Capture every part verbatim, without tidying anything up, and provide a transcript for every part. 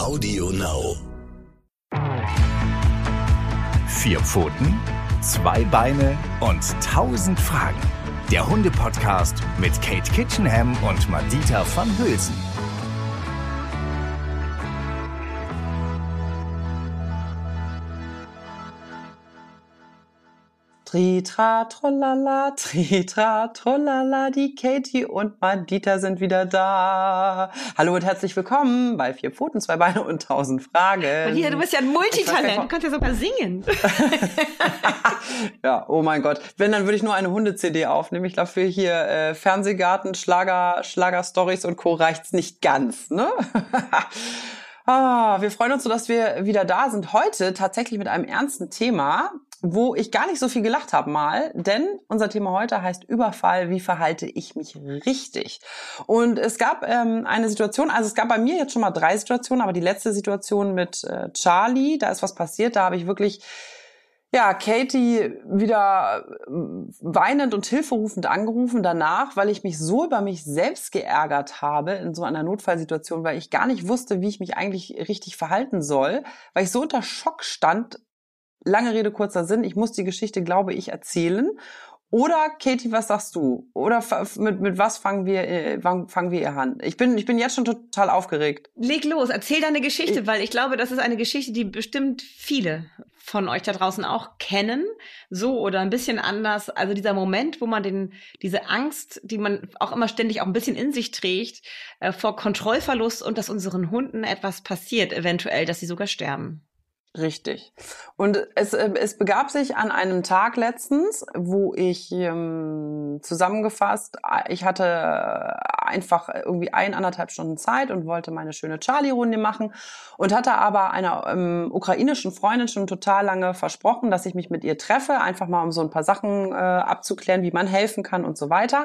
Audio Now. Vier Pfoten, zwei Beine und tausend Fragen. Der Hunde-Podcast mit Kate Kitchenham und Madita van Hülsen. Tritra, trollala, tritra, trollala, die Katie und Madita sind wieder da. Hallo und herzlich willkommen bei Vier Pfoten, zwei Beine und tausend Fragen. Madita, du bist ja ein Multitalent, du kannst ja sogar singen. Ja, oh mein Gott. Wenn, dann würde ich nur eine Hunde-C D aufnehmen. Ich glaube, für hier äh, Fernsehgarten, Schlager, Schlager-Stories und Co. reicht's nicht ganz, ne? Ah, wir freuen uns so, dass wir wieder da sind. Heute tatsächlich mit einem ernsten Thema, wo ich gar nicht so viel gelacht habe mal, denn unser Thema heute heißt Überfall, wie verhalte ich mich richtig? Und es gab ähm, eine Situation, also es gab bei mir jetzt schon mal drei Situationen, aber die letzte Situation mit äh, Charlie, da ist was passiert, da habe ich wirklich ja Katie wieder weinend und hilferufend angerufen danach, weil ich mich so über mich selbst geärgert habe in so einer Notfallsituation, weil ich gar nicht wusste, wie ich mich eigentlich richtig verhalten soll, weil ich so unter Schock stand. Lange Rede, kurzer Sinn. Ich muss die Geschichte, glaube ich, erzählen. Oder, Katie, was sagst du? Oder mit, mit was fangen wir, fangen wir ihr an? Ich bin, ich bin jetzt schon total aufgeregt. Leg los, erzähl deine Geschichte, Ich, weil ich glaube, das ist eine Geschichte, die bestimmt viele von euch da draußen auch kennen. So oder ein bisschen anders. Also dieser Moment, wo man den, diese Angst, die man auch immer ständig auch ein bisschen in sich trägt, äh, vor Kontrollverlust und dass unseren Hunden etwas passiert, eventuell, dass sie sogar sterben. Richtig. Und es, es begab sich an einem Tag letztens, wo ich ähm, zusammengefasst, ich hatte einfach irgendwie ein, anderthalb Stunden Zeit und wollte meine schöne Charlie-Runde machen und hatte aber einer ähm, ukrainischen Freundin schon total lange versprochen, dass ich mich mit ihr treffe, einfach mal um so ein paar Sachen äh, abzuklären, wie man helfen kann und so weiter.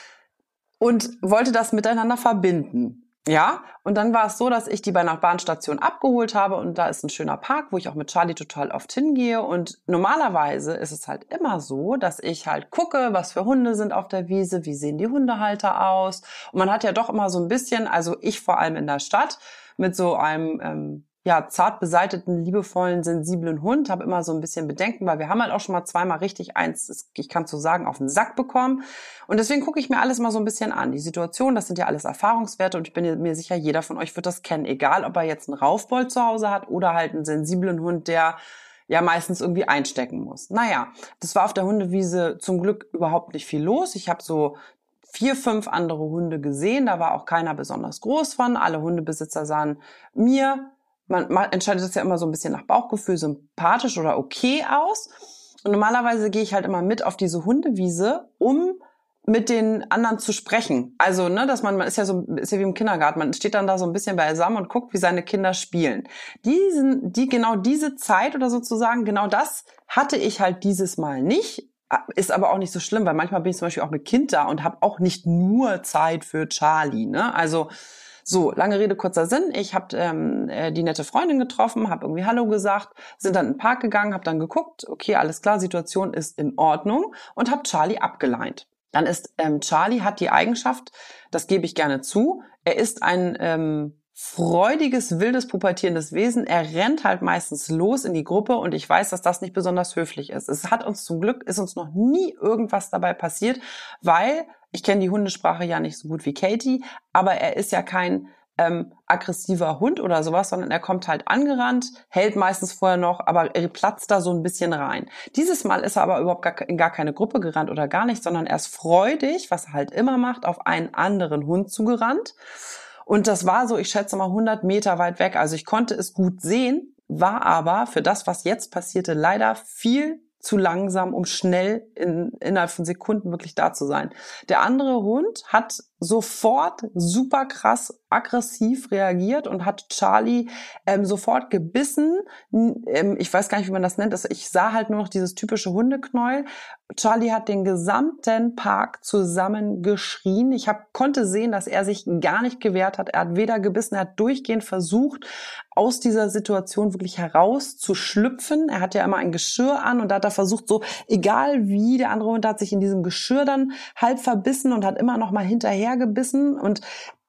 Und wollte das miteinander verbinden. Ja, und dann war es so, dass ich die bei einer Bahnstation abgeholt habe und da ist ein schöner Park, wo ich auch mit Charlie total oft hingehe und normalerweise ist es halt immer so, dass ich halt gucke, was für Hunde sind auf der Wiese, wie sehen die Hundehalter aus und man hat ja doch immer so ein bisschen, also ich vor allem in der Stadt mit so einem ähm, ja zart beseiteten, liebevollen, sensiblen Hund, habe immer so ein bisschen Bedenken, weil wir haben halt auch schon mal zweimal richtig eins, ich kann so sagen, auf den Sack bekommen. Und deswegen gucke ich mir alles mal so ein bisschen an. Die Situation, das sind ja alles Erfahrungswerte und ich bin mir sicher, jeder von euch wird das kennen. Egal, ob er jetzt einen Raufbold zu Hause hat oder halt einen sensiblen Hund, der ja meistens irgendwie einstecken muss. Naja, das war auf der Hundewiese zum Glück überhaupt nicht viel los. Ich habe so vier, fünf andere Hunde gesehen. Da war auch keiner besonders groß von. Alle Hundebesitzer sahen mir, man, man entscheidet das ja immer so ein bisschen nach Bauchgefühl, sympathisch oder okay aus. Und normalerweise gehe ich halt immer mit auf diese Hundewiese, um mit den anderen zu sprechen. Also, ne, dass man, man ist ja so, ist ja wie im Kindergarten, man steht dann da so ein bisschen beisammen und guckt, wie seine Kinder spielen. Diesen, die, genau diese Zeit oder sozusagen, genau das hatte ich halt dieses Mal nicht. Ist aber auch nicht so schlimm, weil manchmal bin ich zum Beispiel auch mit Kind da und habe auch nicht nur Zeit für Charlie, ne, also, so, lange Rede, kurzer Sinn. Ich habe ähm, die nette Freundin getroffen, habe irgendwie Hallo gesagt, sind dann in den Park gegangen, habe dann geguckt, okay, alles klar, Situation ist in Ordnung und habe Charlie abgeleint. Dann ist ähm, Charlie hat die Eigenschaft, das gebe ich gerne zu, er ist ein ähm, freudiges, wildes, pubertierendes Wesen. Er rennt halt meistens los in die Gruppe und ich weiß, dass das nicht besonders höflich ist. Es hat uns zum Glück, ist uns noch nie irgendwas dabei passiert, weil ich kenne die Hundesprache ja nicht so gut wie Katie, aber er ist ja kein ähm, aggressiver Hund oder sowas, sondern er kommt halt angerannt, hält meistens vorher noch, aber er platzt da so ein bisschen rein. Dieses Mal ist er aber überhaupt gar, in gar keine Gruppe gerannt oder gar nicht, sondern er ist freudig, was er halt immer macht, auf einen anderen Hund zugerannt. Und das war so, ich schätze mal hundert Meter weit weg. Also ich konnte es gut sehen, war aber für das, was jetzt passierte, leider viel zu langsam, um schnell in, innerhalb von Sekunden wirklich da zu sein. Der andere Hund hat sofort super krass aggressiv reagiert und hat Charlie ähm, sofort gebissen. Ähm, ich weiß gar nicht, wie man das nennt. Also ich sah halt nur noch dieses typische Hundeknäuel. Charlie hat den gesamten Park zusammengeschrien. Ich hab, konnte sehen, dass er sich gar nicht gewehrt hat. Er hat weder gebissen, er hat durchgehend versucht, aus dieser Situation wirklich herauszuschlüpfen. Er hat ja immer ein Geschirr an und da hat er versucht, so egal wie, der andere Hund hat sich in diesem Geschirr dann halb verbissen und hat immer noch mal hinterher gebissen und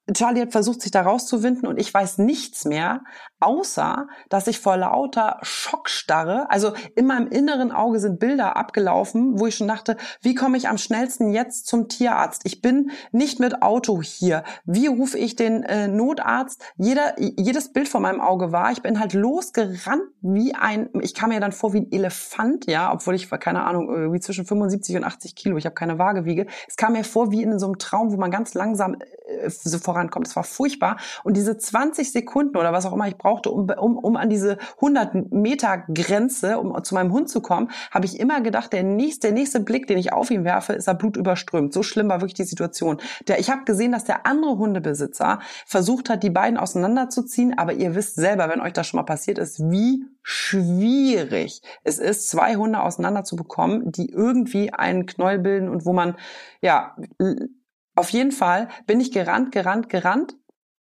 Charlie hat versucht, sich da rauszuwinden und ich weiß nichts mehr, außer, dass ich vor lauter Schockstarre, also in meinem inneren Auge sind Bilder abgelaufen, wo ich schon dachte, wie komme ich am schnellsten jetzt zum Tierarzt? Ich bin nicht mit Auto hier. Wie rufe ich den äh, Notarzt? Jeder, jedes Bild vor meinem Auge war, ich bin halt losgerannt wie ein, ich kam mir dann vor wie ein Elefant, ja, obwohl ich, keine Ahnung, irgendwie zwischen fünfundsiebzig und achtzig Kilo, ich habe keine Waage wiege. Es kam mir vor wie in so einem Traum, wo man ganz langsam äh, so vorankommt. Es war furchtbar. Und diese zwanzig Sekunden oder was auch immer ich brauchte, um, um, um an diese hundert Meter Grenze, um zu meinem Hund zu kommen, habe ich immer gedacht, der nächste, der nächste Blick, den ich auf ihn werfe, ist er blutüberströmt. So schlimm war wirklich die Situation. Der, ich habe gesehen, dass der andere Hundebesitzer versucht hat, die beiden auseinanderzuziehen. Aber ihr wisst selber, wenn euch das schon mal passiert ist, wie schwierig es ist, zwei Hunde auseinander zu bekommen, die irgendwie einen Knäuel bilden und wo man, ja, auf jeden Fall bin ich gerannt, gerannt, gerannt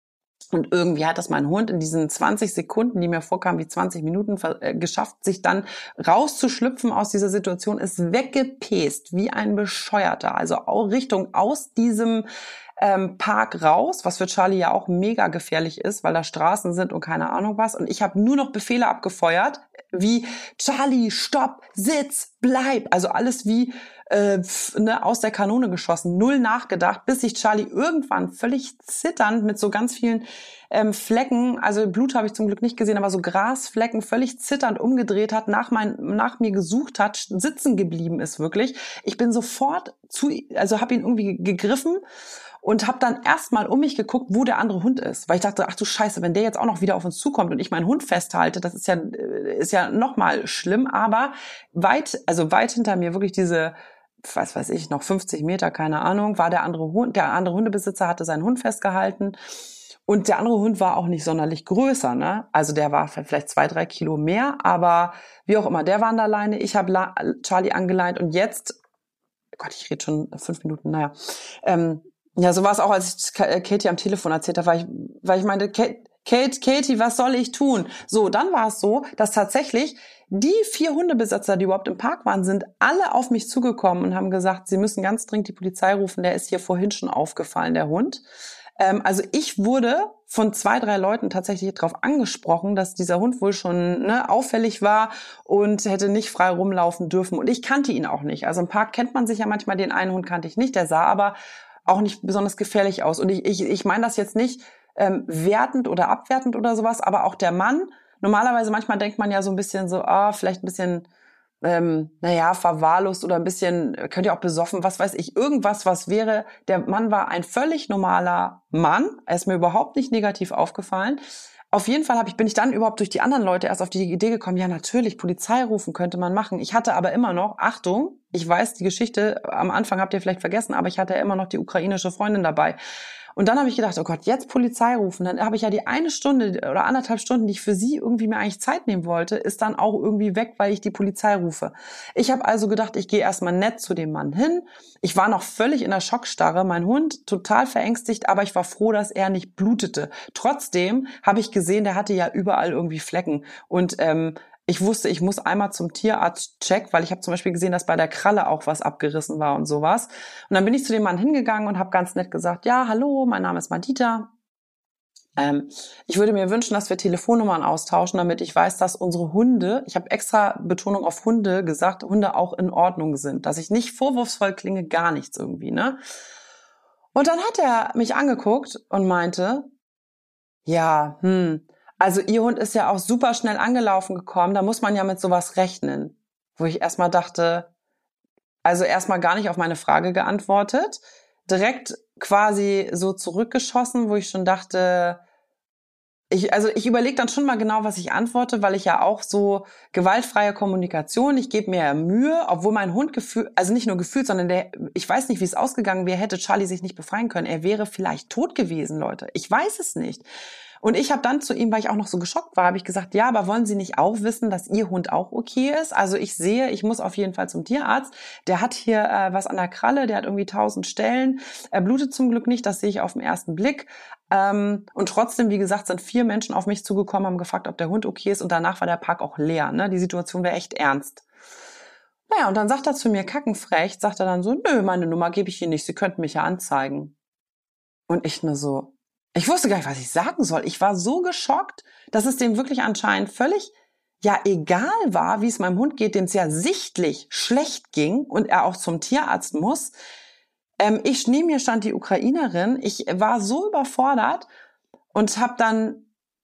und irgendwie hat das mein Hund in diesen zwanzig Sekunden, die mir vorkamen wie zwanzig Minuten, äh, geschafft, sich dann rauszuschlüpfen aus dieser Situation, ist weggepest wie ein Bescheuerter, also auch Richtung aus diesem ähm, Park raus, was für Charlie ja auch mega gefährlich ist, weil da Straßen sind und keine Ahnung was und ich habe nur noch Befehle abgefeuert, wie Charlie, stopp, sitz, bleib, also alles wie Äh, ne, aus der Kanone geschossen, null nachgedacht, bis sich Charlie irgendwann völlig zitternd mit so ganz vielen ähm, Flecken, also Blut habe ich zum Glück nicht gesehen, aber so Grasflecken, völlig zitternd umgedreht hat, nach, mein, nach mir gesucht hat, sitzen geblieben ist wirklich. Ich bin sofort zu, also habe ihn irgendwie gegriffen und habe dann erstmal um mich geguckt, wo der andere Hund ist, weil ich dachte, ach du Scheiße, wenn der jetzt auch noch wieder auf uns zukommt und ich meinen Hund festhalte, das ist ja ist ja noch mal schlimm, aber weit, also weit hinter mir wirklich diese was weiß ich, noch fünfzig Meter, keine Ahnung, war der andere Hund, der andere Hundebesitzer hatte seinen Hund festgehalten und der andere Hund war auch nicht sonderlich größer, ne? Also der war vielleicht zwei, drei Kilo mehr, aber wie auch immer, der war an der Leine, ich habe La- Charlie angeleint und jetzt, Gott, ich rede schon fünf Minuten, naja, ähm, ja, so war es auch, als ich Katie am Telefon erzählt habe, weil ich, weil ich meinte, Kate, Kate, Katie, was soll ich tun? So, dann war es so, dass tatsächlich die vier Hundebesitzer, die überhaupt im Park waren, sind alle auf mich zugekommen und haben gesagt, sie müssen ganz dringend die Polizei rufen, der ist hier vorhin schon aufgefallen, der Hund. Ähm, also ich wurde von zwei, drei Leuten tatsächlich darauf angesprochen, dass dieser Hund wohl schon ne, auffällig war und hätte nicht frei rumlaufen dürfen. Und ich kannte ihn auch nicht. Also im Park kennt man sich ja manchmal, den einen Hund kannte ich nicht, der sah aber auch nicht besonders gefährlich aus. Und ich, ich, ich meine das jetzt nicht ähm, wertend oder abwertend oder sowas, aber auch der Mann, normalerweise manchmal denkt man ja so ein bisschen so, ah, vielleicht ein bisschen, ähm, naja, verwahrlost oder ein bisschen, könnt ihr auch besoffen, was weiß ich, irgendwas, was wäre, der Mann war ein völlig normaler Mann, er ist mir überhaupt nicht negativ aufgefallen. Auf jeden Fall hab ich, bin ich dann überhaupt durch die anderen Leute erst auf die Idee gekommen, ja natürlich, Polizei rufen könnte man machen. Ich hatte aber immer noch, Achtung, ich weiß, die Geschichte am Anfang habt ihr vielleicht vergessen, aber ich hatte ja immer noch die ukrainische Freundin dabei. Und dann habe ich gedacht, oh Gott, jetzt Polizei rufen. Dann habe ich ja die eine Stunde oder anderthalb Stunden, die ich für sie irgendwie mir eigentlich Zeit nehmen wollte, ist dann auch irgendwie weg, weil ich die Polizei rufe. Ich habe also gedacht, ich gehe erstmal nett zu dem Mann hin. Ich war noch völlig in der Schockstarre, mein Hund total verängstigt, aber ich war froh, dass er nicht blutete. Trotzdem habe ich gesehen, der hatte ja überall irgendwie Flecken. Und ähm, ich wusste, ich muss einmal zum Tierarzt-Check, weil ich habe zum Beispiel gesehen, dass bei der Kralle auch was abgerissen war und sowas. Und dann bin ich zu dem Mann hingegangen und habe ganz nett gesagt, ja, hallo, mein Name ist Madita. Ähm, ich würde mir wünschen, dass wir Telefonnummern austauschen, damit ich weiß, dass unsere Hunde, ich habe extra Betonung auf Hunde gesagt, Hunde auch in Ordnung sind, dass ich nicht vorwurfsvoll klinge, gar nichts irgendwie, ne? Und dann hat er mich angeguckt und meinte, ja, hm, also ihr Hund ist ja auch super schnell angelaufen gekommen, da muss man ja mit sowas rechnen. Wo ich erstmal dachte, also erstmal gar nicht auf meine Frage geantwortet, direkt quasi so zurückgeschossen, wo ich schon dachte, ich, also ich überlege dann schon mal genau, was ich antworte, weil ich ja auch so gewaltfreie Kommunikation, ich gebe mir ja Mühe, obwohl mein Hund gefühlt, also nicht nur gefühlt, sondern der, ich weiß nicht, wie es ausgegangen wäre, hätte Charlie sich nicht befreien können. Er wäre vielleicht tot gewesen, Leute. Ich weiß es nicht. Und ich habe dann zu ihm, weil ich auch noch so geschockt war, habe ich gesagt, ja, aber wollen Sie nicht auch wissen, dass Ihr Hund auch okay ist? Also ich sehe, ich muss auf jeden Fall zum Tierarzt. Der hat hier äh, was an der Kralle, der hat irgendwie tausend Stellen. Er blutet zum Glück nicht, das sehe ich auf den ersten Blick. Ähm, und trotzdem, wie gesagt, sind vier Menschen auf mich zugekommen, haben gefragt, ob der Hund okay ist. Und danach war der Park auch leer. Ne? Die Situation wäre echt ernst. Naja, und dann sagt er zu mir, kackenfrech, sagt er dann so, nö, meine Nummer gebe ich Ihnen nicht, Sie könnten mich ja anzeigen. Und ich nur so, Ich wusste gar nicht, was ich sagen soll. Ich war so geschockt, dass es dem wirklich anscheinend völlig ja egal war, wie es meinem Hund geht, dem es ja sichtlich schlecht ging und er auch zum Tierarzt muss. Ähm, ich neben mir stand die Ukrainerin. Ich war so überfordert und habe dann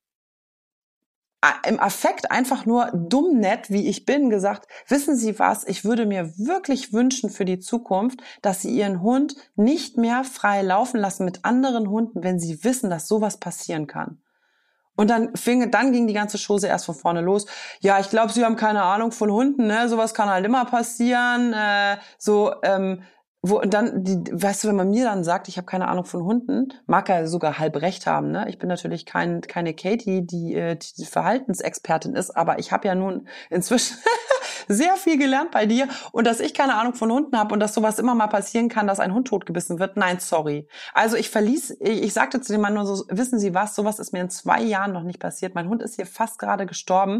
im Affekt einfach nur dumm nett, wie ich bin, gesagt, wissen Sie was, ich würde mir wirklich wünschen für die Zukunft, dass Sie Ihren Hund nicht mehr frei laufen lassen mit anderen Hunden, wenn Sie wissen, dass sowas passieren kann. Und dann fing, dann ging die ganze Chose erst von vorne los. Ja, ich glaube, Sie haben keine Ahnung von Hunden, ne? Sowas kann halt immer passieren. Äh, so, ähm, wo und dann, die, weißt du, wenn man mir dann sagt, ich habe keine Ahnung von Hunden, mag er sogar halb recht haben, ne? Ich bin natürlich kein, keine Katie, die, äh, die Verhaltensexpertin ist, aber ich habe ja nun inzwischen sehr viel gelernt bei dir und dass ich keine Ahnung von Hunden habe und dass sowas immer mal passieren kann, dass ein Hund totgebissen wird. Nein, sorry. Also ich verließ, ich, ich sagte zu dem Mann nur so, wissen Sie was, sowas ist mir in zwei Jahren noch nicht passiert. Mein Hund ist hier fast gerade gestorben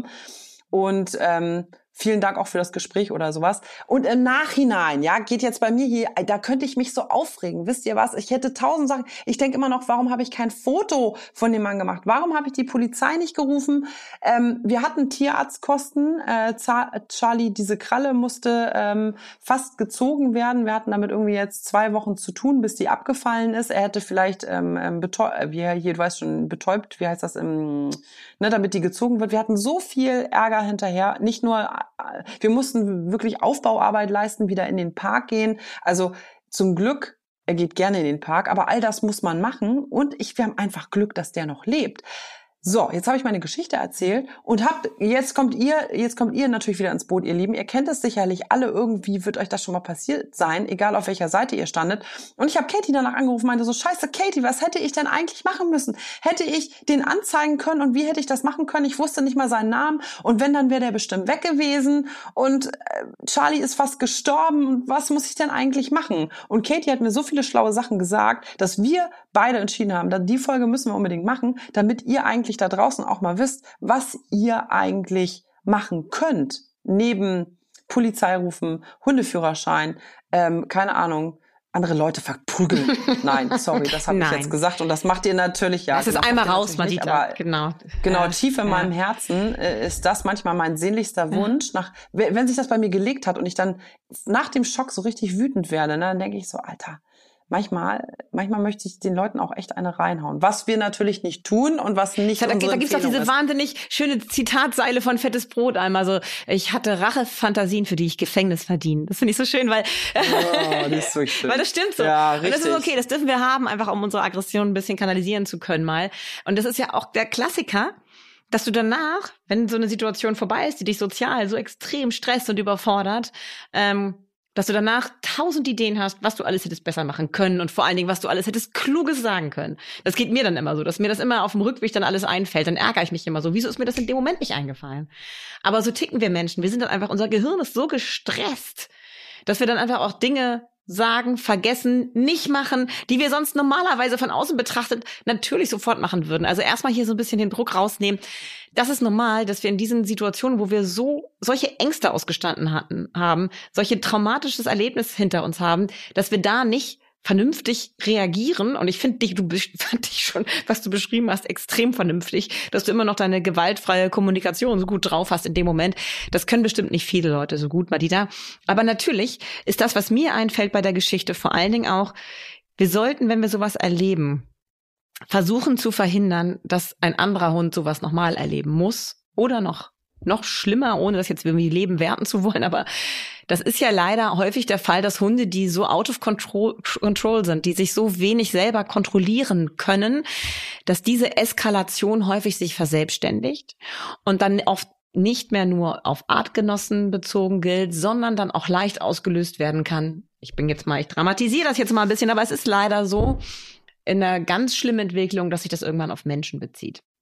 und ähm, vielen Dank auch für das Gespräch oder sowas. Und im Nachhinein, ja, geht jetzt bei mir hier, da könnte ich mich so aufregen. Wisst ihr was? Ich hätte tausend Sachen. Ich denke immer noch, warum habe ich kein Foto von dem Mann gemacht? Warum habe ich die Polizei nicht gerufen? Ähm, wir hatten Tierarztkosten. Äh, Charlie, diese Kralle musste ähm, fast gezogen werden. Wir hatten damit irgendwie jetzt zwei Wochen zu tun, bis die abgefallen ist. Er hätte vielleicht ähm, betäubt, wie hier, du weißt schon, betäubt, wie heißt das, im, ne, damit die gezogen wird. Wir hatten so viel Ärger hinterher. Nicht nur wir mussten wirklich Aufbauarbeit leisten, wieder in den Park gehen. Also zum Glück, er geht gerne in den Park, aber all das muss man machen. Und ich, wir haben einfach Glück, dass der noch lebt. So, jetzt habe ich meine Geschichte erzählt und habt, jetzt kommt ihr, jetzt kommt ihr natürlich wieder ins Boot, ihr Lieben. Ihr kennt es sicherlich alle, irgendwie wird euch das schon mal passiert sein, egal auf welcher Seite ihr standet. Und ich habe Katie danach angerufen und meinte so, scheiße, Katie, was hätte ich denn eigentlich machen müssen? Hätte ich den anzeigen können und wie hätte ich das machen können? Ich wusste nicht mal seinen Namen und wenn, dann wäre der bestimmt weg gewesen und äh, Charlie ist fast gestorben und was muss ich denn eigentlich machen? Und Katie hat mir so viele schlaue Sachen gesagt, dass wir beide entschieden haben, dass die Folge müssen wir unbedingt machen, damit ihr eigentlich da draußen auch mal wisst, was ihr eigentlich machen könnt. Neben Polizei rufen, Hundeführerschein, ähm, keine Ahnung, andere Leute verprügeln. Nein, sorry, das habe ich jetzt gesagt und das macht ihr natürlich, ja. Das ist genau, einmal raus, Madita. Genau. Genau, ja, tief in ja. meinem Herzen äh, ist das manchmal mein sehnlichster Wunsch. Ja. Nach, wenn sich das bei mir gelegt hat und ich dann nach dem Schock so richtig wütend werde, ne, dann denke ich so, Alter, Manchmal, manchmal möchte ich den Leuten auch echt eine reinhauen. Was wir natürlich nicht tun und was nicht ja, da, unsere da gibt's doch diese ist. wahnsinnig schöne Zitatseile von Fettes Brot einmal so, ich hatte Rachefantasien, für die ich Gefängnis verdiene. Das finde ich so schön, weil oh, das ist so schön. weil das stimmt so. Ja, und das ist okay, das dürfen wir haben, einfach um unsere Aggression ein bisschen kanalisieren zu können mal. Und das ist ja auch der Klassiker, dass du danach, wenn so eine Situation vorbei ist, die dich sozial so extrem stresst und überfordert, ähm, dass du danach tausend Ideen hast, was du alles hättest besser machen können und vor allen Dingen, was du alles hättest Kluges sagen können. Das geht mir dann immer so, dass mir das immer auf dem Rückweg dann alles einfällt. Dann ärgere ich mich immer so. Wieso ist mir das in dem Moment nicht eingefallen? Aber so ticken wir Menschen. Wir sind dann einfach, unser Gehirn ist so gestresst, dass wir dann einfach auch Dinge sagen, vergessen, nicht machen, die wir sonst normalerweise von außen betrachtet natürlich sofort machen würden. Also erstmal hier so ein bisschen den Druck rausnehmen. Das ist normal, dass wir in diesen Situationen, wo wir so solche Ängste ausgestanden hatten, haben, solche traumatisches Erlebnis hinter uns haben, dass wir da nicht vernünftig reagieren. Und ich finde dich, du fand dich schon, was du beschrieben hast, extrem vernünftig, dass du immer noch deine gewaltfreie Kommunikation so gut drauf hast in dem Moment. Das können bestimmt nicht viele Leute so gut, Madita. Aber natürlich ist das, was mir einfällt bei der Geschichte, vor allen Dingen auch, wir sollten, wenn wir sowas erleben, versuchen zu verhindern, dass ein anderer Hund sowas nochmal erleben muss oder noch noch schlimmer, ohne das jetzt irgendwie Leben werten zu wollen, aber das ist ja leider häufig der Fall, dass Hunde, die so out of control, control sind, die sich so wenig selber kontrollieren können, dass diese Eskalation häufig sich verselbstständigt und dann oft nicht mehr nur auf Artgenossen bezogen gilt, sondern dann auch leicht ausgelöst werden kann. Ich bin jetzt mal, ich dramatisiere das jetzt mal ein bisschen, aber es ist leider so in einer ganz schlimmen Entwicklung, dass sich das irgendwann auf Menschen bezieht.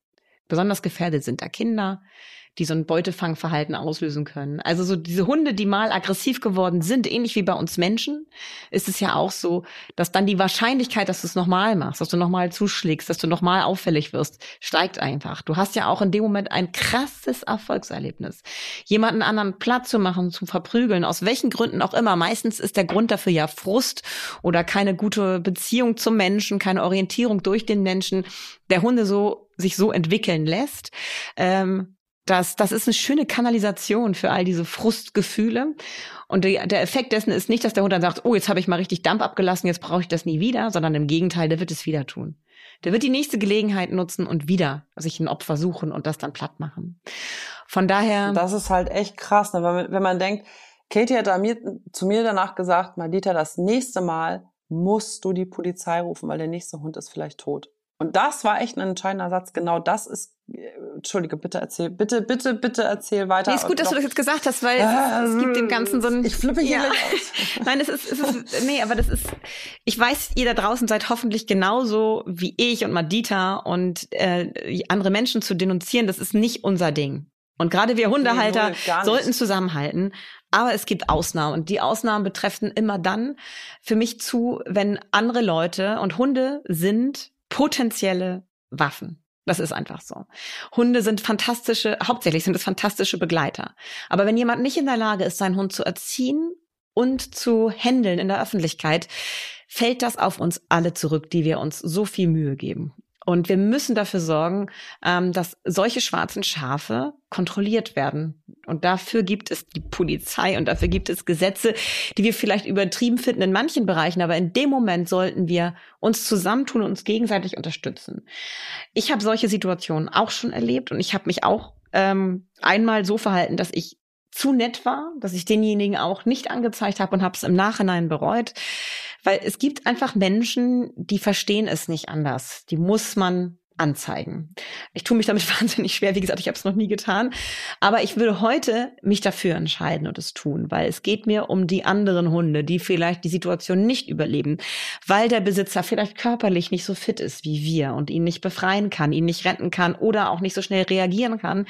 Besonders gefährdet sind da Kinder, die so ein Beutefangverhalten auslösen können. Also so diese Hunde, die mal aggressiv geworden sind, ähnlich wie bei uns Menschen, ist es ja auch so, dass dann die Wahrscheinlichkeit, dass du es nochmal machst, dass du nochmal zuschlägst, dass du nochmal auffällig wirst, steigt einfach. Du hast ja auch in dem Moment ein krasses Erfolgserlebnis. Jemanden anderen platt zu machen, zu verprügeln, aus welchen Gründen auch immer. Meistens ist der Grund dafür ja Frust oder keine gute Beziehung zum Menschen, keine Orientierung durch den Menschen, der Hunde so sich so entwickeln lässt. Ähm, Das, das ist eine schöne Kanalisation für all diese Frustgefühle. Und die, der Effekt dessen ist nicht, dass der Hund dann sagt, oh, jetzt habe ich mal richtig Dampf abgelassen, jetzt brauche ich das nie wieder, sondern im Gegenteil, der wird es wieder tun. Der wird die nächste Gelegenheit nutzen und wieder sich ein Opfer suchen und das dann platt machen. Von daher... Das ist halt echt krass, ne? Wenn, wenn man denkt, Katie hat da mir, zu mir danach gesagt, Madita, das nächste Mal musst du die Polizei rufen, weil der nächste Hund ist vielleicht tot. Und das war echt ein entscheidender Satz. Genau das ist, Entschuldige, bitte erzähl, bitte, bitte, bitte erzähl weiter. Nee, ist gut, dass Doch. du das jetzt gesagt hast, weil äh, es, es gibt dem Ganzen so ein... Ich flippe hier ja. gleich aus. Nein, es ist, es ist, nee, aber das ist, ich weiß, ihr da draußen seid hoffentlich genauso wie ich und Madita und äh, andere Menschen zu denunzieren, das ist nicht unser Ding. Und gerade wir Hundehalter nee, null, sollten zusammenhalten. Aber es gibt Ausnahmen und die Ausnahmen betreffen immer dann für mich zu, wenn andere Leute, und Hunde sind potenzielle Waffen. Das ist einfach so. Hunde sind fantastische, hauptsächlich sind es fantastische Begleiter. Aber wenn jemand nicht in der Lage ist, seinen Hund zu erziehen und zu händeln in der Öffentlichkeit, fällt das auf uns alle zurück, die wir uns so viel Mühe geben. Und wir müssen dafür sorgen, dass solche schwarzen Schafe kontrolliert werden. Und dafür gibt es die Polizei und dafür gibt es Gesetze, die wir vielleicht übertrieben finden in manchen Bereichen. Aber in dem Moment sollten wir uns zusammentun und uns gegenseitig unterstützen. Ich habe solche Situationen auch schon erlebt und ich habe mich auch ähm, einmal so verhalten, dass ich zu nett war, dass ich denjenigen auch nicht angezeigt habe und habe es im Nachhinein bereut. Weil es gibt einfach Menschen, die verstehen es nicht anders. Die muss man anzeigen. Ich tue mich damit wahnsinnig schwer. Wie gesagt, ich habe es noch nie getan. Aber ich würde heute mich dafür entscheiden und es tun, weil es geht mir um die anderen Hunde, die vielleicht die Situation nicht überleben, weil der Besitzer vielleicht körperlich nicht so fit ist wie wir und ihn nicht befreien kann, ihn nicht retten kann oder auch nicht so schnell reagieren kann.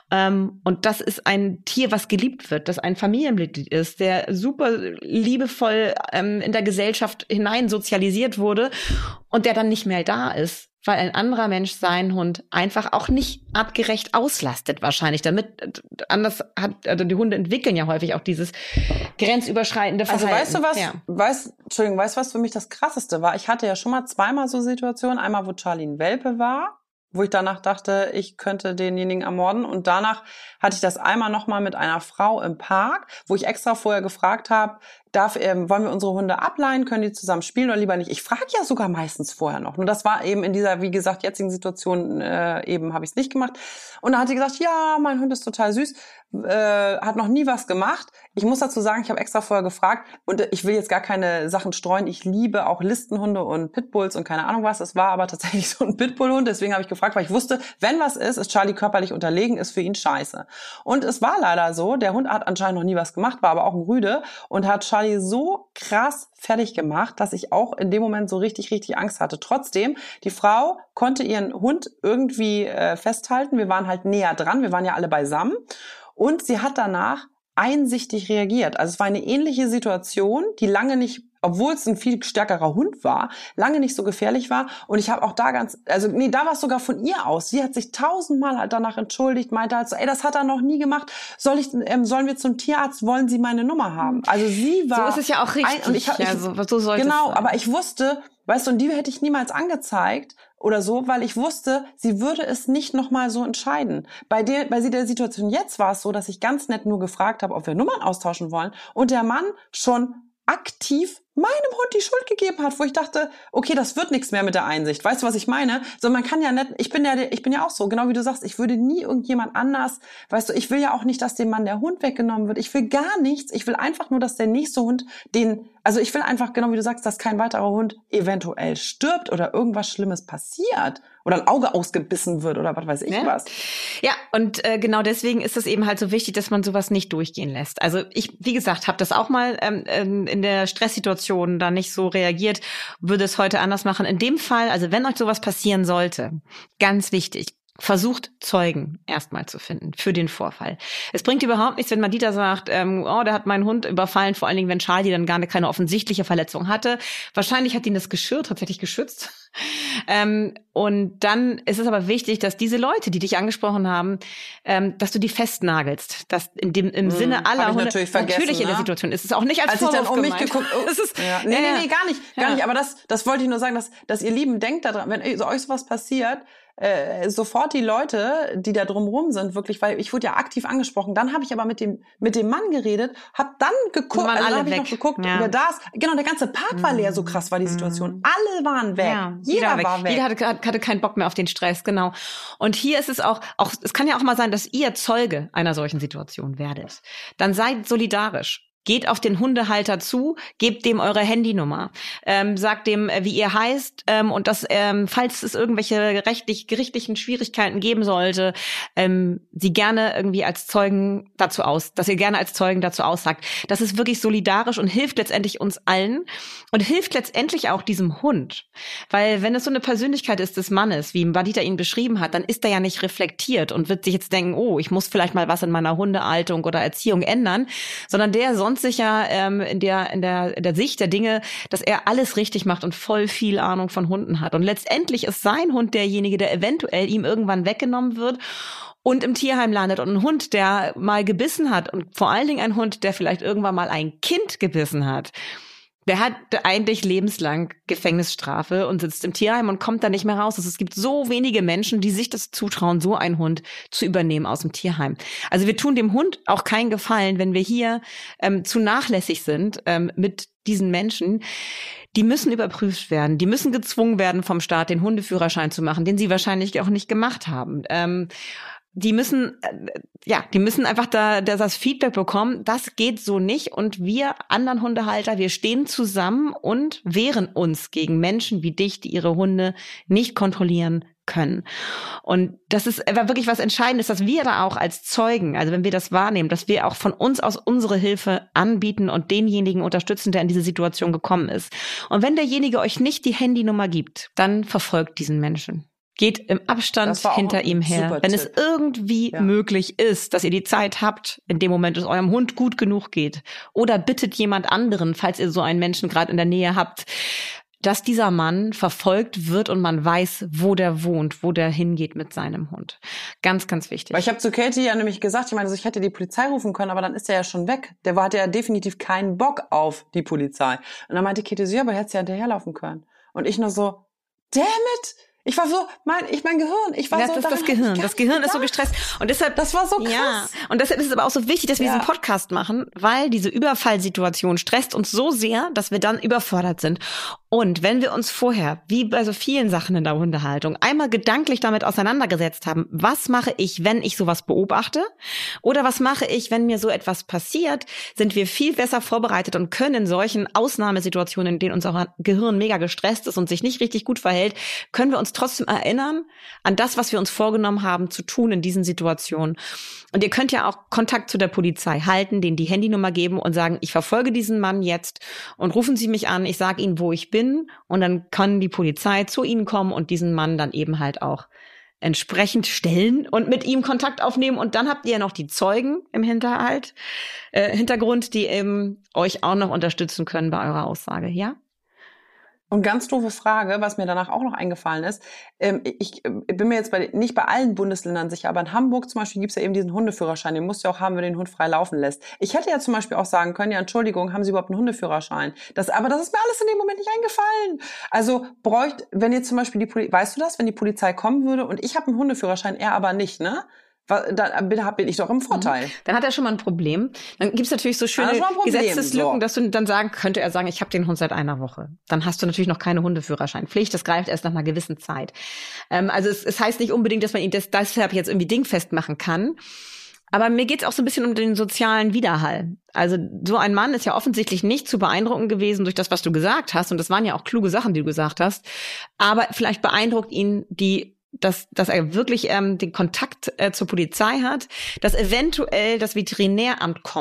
Und das ist ein Tier, was geliebt wird, das ein Familienmitglied ist, der super liebevoll in der Gesellschaft hinein sozialisiert wurde und der dann nicht mehr da ist, weil ein anderer Mensch seinen Hund einfach auch nicht artgerecht auslastet wahrscheinlich. Damit anders hat, also die Hunde entwickeln ja häufig auch dieses grenzüberschreitende Verhalten. Also weißt du was, ja. weißt, Entschuldigung, weißt du, was für mich das Krasseste war? Ich hatte ja schon mal zweimal so Situationen. Einmal, wo Charlie ein Welpe war, wo ich danach dachte, ich könnte denjenigen ermorden. Und danach hatte ich das einmal nochmal mit einer Frau im Park, wo ich extra vorher gefragt habe, darf, ähm, wollen wir unsere Hunde ableihen, können die zusammen spielen oder lieber nicht? Ich frage ja sogar meistens vorher noch. Nur das war eben in dieser, wie gesagt, jetzigen Situation äh, eben habe ich es nicht gemacht. Und dann hat die gesagt, ja, mein Hund ist total süß, äh, hat noch nie was gemacht. Ich muss dazu sagen, ich habe extra vorher gefragt und ich will jetzt gar keine Sachen streuen. Ich liebe auch Listenhunde und Pitbulls und keine Ahnung was. Es war aber tatsächlich so ein Pitbullhund, deswegen habe ich gefragt, weil ich wusste, wenn was ist, ist Charlie körperlich unterlegen, ist für ihn scheiße. Und es war leider so, der Hund hat anscheinend noch nie was gemacht, war aber auch ein Rüde und hat Charlie so krass fertig gemacht, dass ich auch in dem Moment so richtig, richtig Angst hatte. Trotzdem, die Frau konnte ihren Hund irgendwie äh, festhalten. Wir waren halt näher dran, wir waren ja alle beisammen. Und sie hat danach einsichtig reagiert. Also es war eine ähnliche Situation, die lange nicht, obwohl es ein viel stärkerer Hund war, lange nicht so gefährlich war. Und ich habe auch da ganz, also nee, da war es sogar von ihr aus. Sie hat sich tausendmal halt danach entschuldigt, meinte halt so, ey, das hat er noch nie gemacht. Soll ich, ähm, sollen wir zum Tierarzt? Wollen Sie meine Nummer haben? Also sie war. So ist es ja auch richtig. Ein, und ich hab, ich, ja, so, so sollte genau, es sein. Aber ich wusste, weißt du, und die hätte ich niemals angezeigt oder so, weil ich wusste, sie würde es nicht nochmal so entscheiden. Bei der, bei der Situation jetzt war es so, dass ich ganz nett nur gefragt habe, ob wir Nummern austauschen wollen und der Mann schon aktiv meinem Hund die Schuld gegeben hat, wo ich dachte, okay, das wird nichts mehr mit der Einsicht. Weißt du, was ich meine? So, man kann ja nicht, ich bin ja, ich bin ja auch so, genau wie du sagst, ich würde nie irgendjemand anders, weißt du, ich will ja auch nicht, dass dem Mann der Hund weggenommen wird. Ich will gar nichts. Ich will einfach nur, dass der nächste Hund den, also ich will einfach, genau wie du sagst, dass kein weiterer Hund eventuell stirbt oder irgendwas Schlimmes passiert oder ein Auge ausgebissen wird oder was weiß ich ja. was. Ja, und äh, genau deswegen ist es eben halt so wichtig, dass man sowas nicht durchgehen lässt. Also ich, wie gesagt, habe das auch mal ähm, in der Stresssituation da nicht so reagiert, würde es heute anders machen. In dem Fall, also wenn euch sowas passieren sollte, ganz wichtig, versucht, Zeugen erstmal zu finden für den Vorfall. Es bringt überhaupt nichts, wenn Madita sagt, ähm, oh, der hat meinen Hund überfallen, vor allen Dingen, wenn Charlie dann gar keine offensichtliche Verletzung hatte. Wahrscheinlich hat ihn das Geschirr tatsächlich geschützt. Ähm, und dann ist es aber wichtig, dass diese Leute, die dich angesprochen haben, ähm, dass du die festnagelst. Dass in dem, im mm, Sinne aller Hunde, natürlich, natürlich in der Situation ist es auch nicht als, als Vorwurf ich dann um mich gemeint. geguckt, oh, ist, ja. Nee, nee, nee, gar nicht, gar ja. nicht. Aber das, das wollte ich nur sagen, dass, dass ihr Lieben denkt daran, wenn euch sowas passiert, äh, sofort die Leute, die da drumrum sind, wirklich, weil ich wurde ja aktiv angesprochen. Dann habe ich aber mit dem mit dem Mann geredet, habe dann geguckt, also dann habe ich noch geguckt, ja. wer da ist. Genau, der ganze Park war leer, so krass war die Situation. Alle waren weg, ja, jeder, jeder weg. war weg. Jeder hatte, hatte keinen Bock mehr auf den Stress, genau. Und hier ist es auch, auch, es kann ja auch mal sein, dass ihr Zeuge einer solchen Situation werdet. Dann seid solidarisch. Geht auf den Hundehalter zu, gebt dem eure Handynummer, ähm, sagt dem, wie ihr heißt, ähm, und dass, ähm, falls es irgendwelche rechtlich, gerichtlichen Schwierigkeiten geben sollte, ähm, sie gerne irgendwie als Zeugen dazu aus, dass ihr gerne als Zeugen dazu aussagt. Das ist wirklich solidarisch und hilft letztendlich uns allen und hilft letztendlich auch diesem Hund. Weil wenn es so eine Persönlichkeit ist des Mannes, wie Madita ihn beschrieben hat, dann ist er ja nicht reflektiert und wird sich jetzt denken, oh, ich muss vielleicht mal was in meiner Hundehaltung oder Erziehung ändern, sondern der sonst sicher ähm, in der in der in der Sicht der Dinge, dass er alles richtig macht und voll viel Ahnung von Hunden hat. Und letztendlich ist sein Hund derjenige, der eventuell ihm irgendwann weggenommen wird und im Tierheim landet. Und ein Hund, der mal gebissen hat und vor allen Dingen ein Hund, der vielleicht irgendwann mal ein Kind gebissen hat, der hat eigentlich lebenslang Gefängnisstrafe und sitzt im Tierheim und kommt da nicht mehr raus. Also es gibt so wenige Menschen, die sich das zutrauen, so einen Hund zu übernehmen aus dem Tierheim. Also wir tun dem Hund auch keinen Gefallen, wenn wir hier ähm, zu nachlässig sind ähm, mit diesen Menschen. Die müssen überprüft werden. Die müssen gezwungen werden vom Staat, den Hundeführerschein zu machen, den sie wahrscheinlich auch nicht gemacht haben. Ähm, Die müssen, ja, die müssen einfach da, da das Feedback bekommen, das geht so nicht. Und wir anderen Hundehalter, wir stehen zusammen und wehren uns gegen Menschen wie dich, die ihre Hunde nicht kontrollieren können. Und das ist aber wirklich was Entscheidendes, dass wir da auch als Zeugen, also wenn wir das wahrnehmen, dass wir auch von uns aus unsere Hilfe anbieten und denjenigen unterstützen, der in diese Situation gekommen ist. Und wenn derjenige euch nicht die Handynummer gibt, dann verfolgt diesen Menschen. Geht im Abstand hinter ihm her. Wenn es irgendwie ja. möglich ist, dass ihr die Zeit habt, in dem Moment es eurem Hund gut genug geht. Oder bittet jemand anderen, falls ihr so einen Menschen gerade in der Nähe habt, dass dieser Mann verfolgt wird und man weiß, wo der wohnt, wo der hingeht mit seinem Hund. Ganz, ganz wichtig. Weil ich habe zu Katie ja nämlich gesagt, ich meine, also ich hätte die Polizei rufen können, aber dann ist er ja schon weg. Der hatte ja definitiv keinen Bock auf die Polizei. Und dann meinte Katie so, ja, aber hättest ja hinterherlaufen können. Und ich nur so, damn it! Ich war so, mein, ich mein Gehirn, ich war das so. Das ist das Gehirn. Das Gehirn ist so gestresst. Und deshalb, das war so krass. Ja. Und deshalb ist es aber auch so wichtig, dass wir ja. diesen Podcast machen, weil diese Überfallsituation stresst uns so sehr, dass wir dann überfordert sind. Und wenn wir uns vorher, wie bei so vielen Sachen in der Hundehaltung, einmal gedanklich damit auseinandergesetzt haben, was mache ich, wenn ich sowas beobachte? Oder was mache ich, wenn mir so etwas passiert? Sind wir viel besser vorbereitet und können in solchen Ausnahmesituationen, in denen unser Gehirn mega gestresst ist und sich nicht richtig gut verhält, können wir uns trotzdem erinnern an das, was wir uns vorgenommen haben zu tun in diesen Situationen. Und ihr könnt ja auch Kontakt zu der Polizei halten, denen die Handynummer geben und sagen, ich verfolge diesen Mann jetzt und rufen Sie mich an, ich sage Ihnen, wo ich bin, und dann kann die Polizei zu Ihnen kommen und diesen Mann dann eben halt auch entsprechend stellen und mit ihm Kontakt aufnehmen. Und dann habt ihr ja noch die Zeugen im Hinterhalt, äh, Hintergrund, die eben euch auch noch unterstützen können bei eurer Aussage, ja? Und ganz doofe Frage, was mir danach auch noch eingefallen ist. Ähm, ich bin mir jetzt bei, nicht bei allen Bundesländern sicher, aber in Hamburg zum Beispiel gibt's ja eben diesen Hundeführerschein. Den musst du ja auch haben, wenn du den Hund frei laufen lässt. Ich hätte ja zum Beispiel auch sagen können, ja, Entschuldigung, haben Sie überhaupt einen Hundeführerschein? Das, aber das ist mir alles in dem Moment nicht eingefallen. Also bräuchte, wenn jetzt zum Beispiel die Polizei, weißt du das, wenn die Polizei kommen würde und ich habe einen Hundeführerschein, er aber nicht, ne? Dann bin ich doch im Vorteil. Dann hat er schon mal ein Problem. Dann gibt's natürlich so schöne Gesetzeslücken, so. Dass du dann sagen, könnte er sagen, ich habe den Hund seit einer Woche. Dann hast du natürlich noch keine Hundeführerscheinpflicht. Das greift erst nach einer gewissen Zeit. Ähm, also es, es heißt nicht unbedingt, dass man ihn das, deshalb jetzt irgendwie dingfest machen kann. Aber mir geht's auch so ein bisschen um den sozialen Widerhall. Also so ein Mann ist ja offensichtlich nicht zu beeindrucken gewesen durch das, was du gesagt hast. Und das waren ja auch kluge Sachen, die du gesagt hast. Aber vielleicht beeindruckt ihn die dass dass er wirklich ähm, den Kontakt äh, zur Polizei hat, dass eventuell das Veterinäramt kommt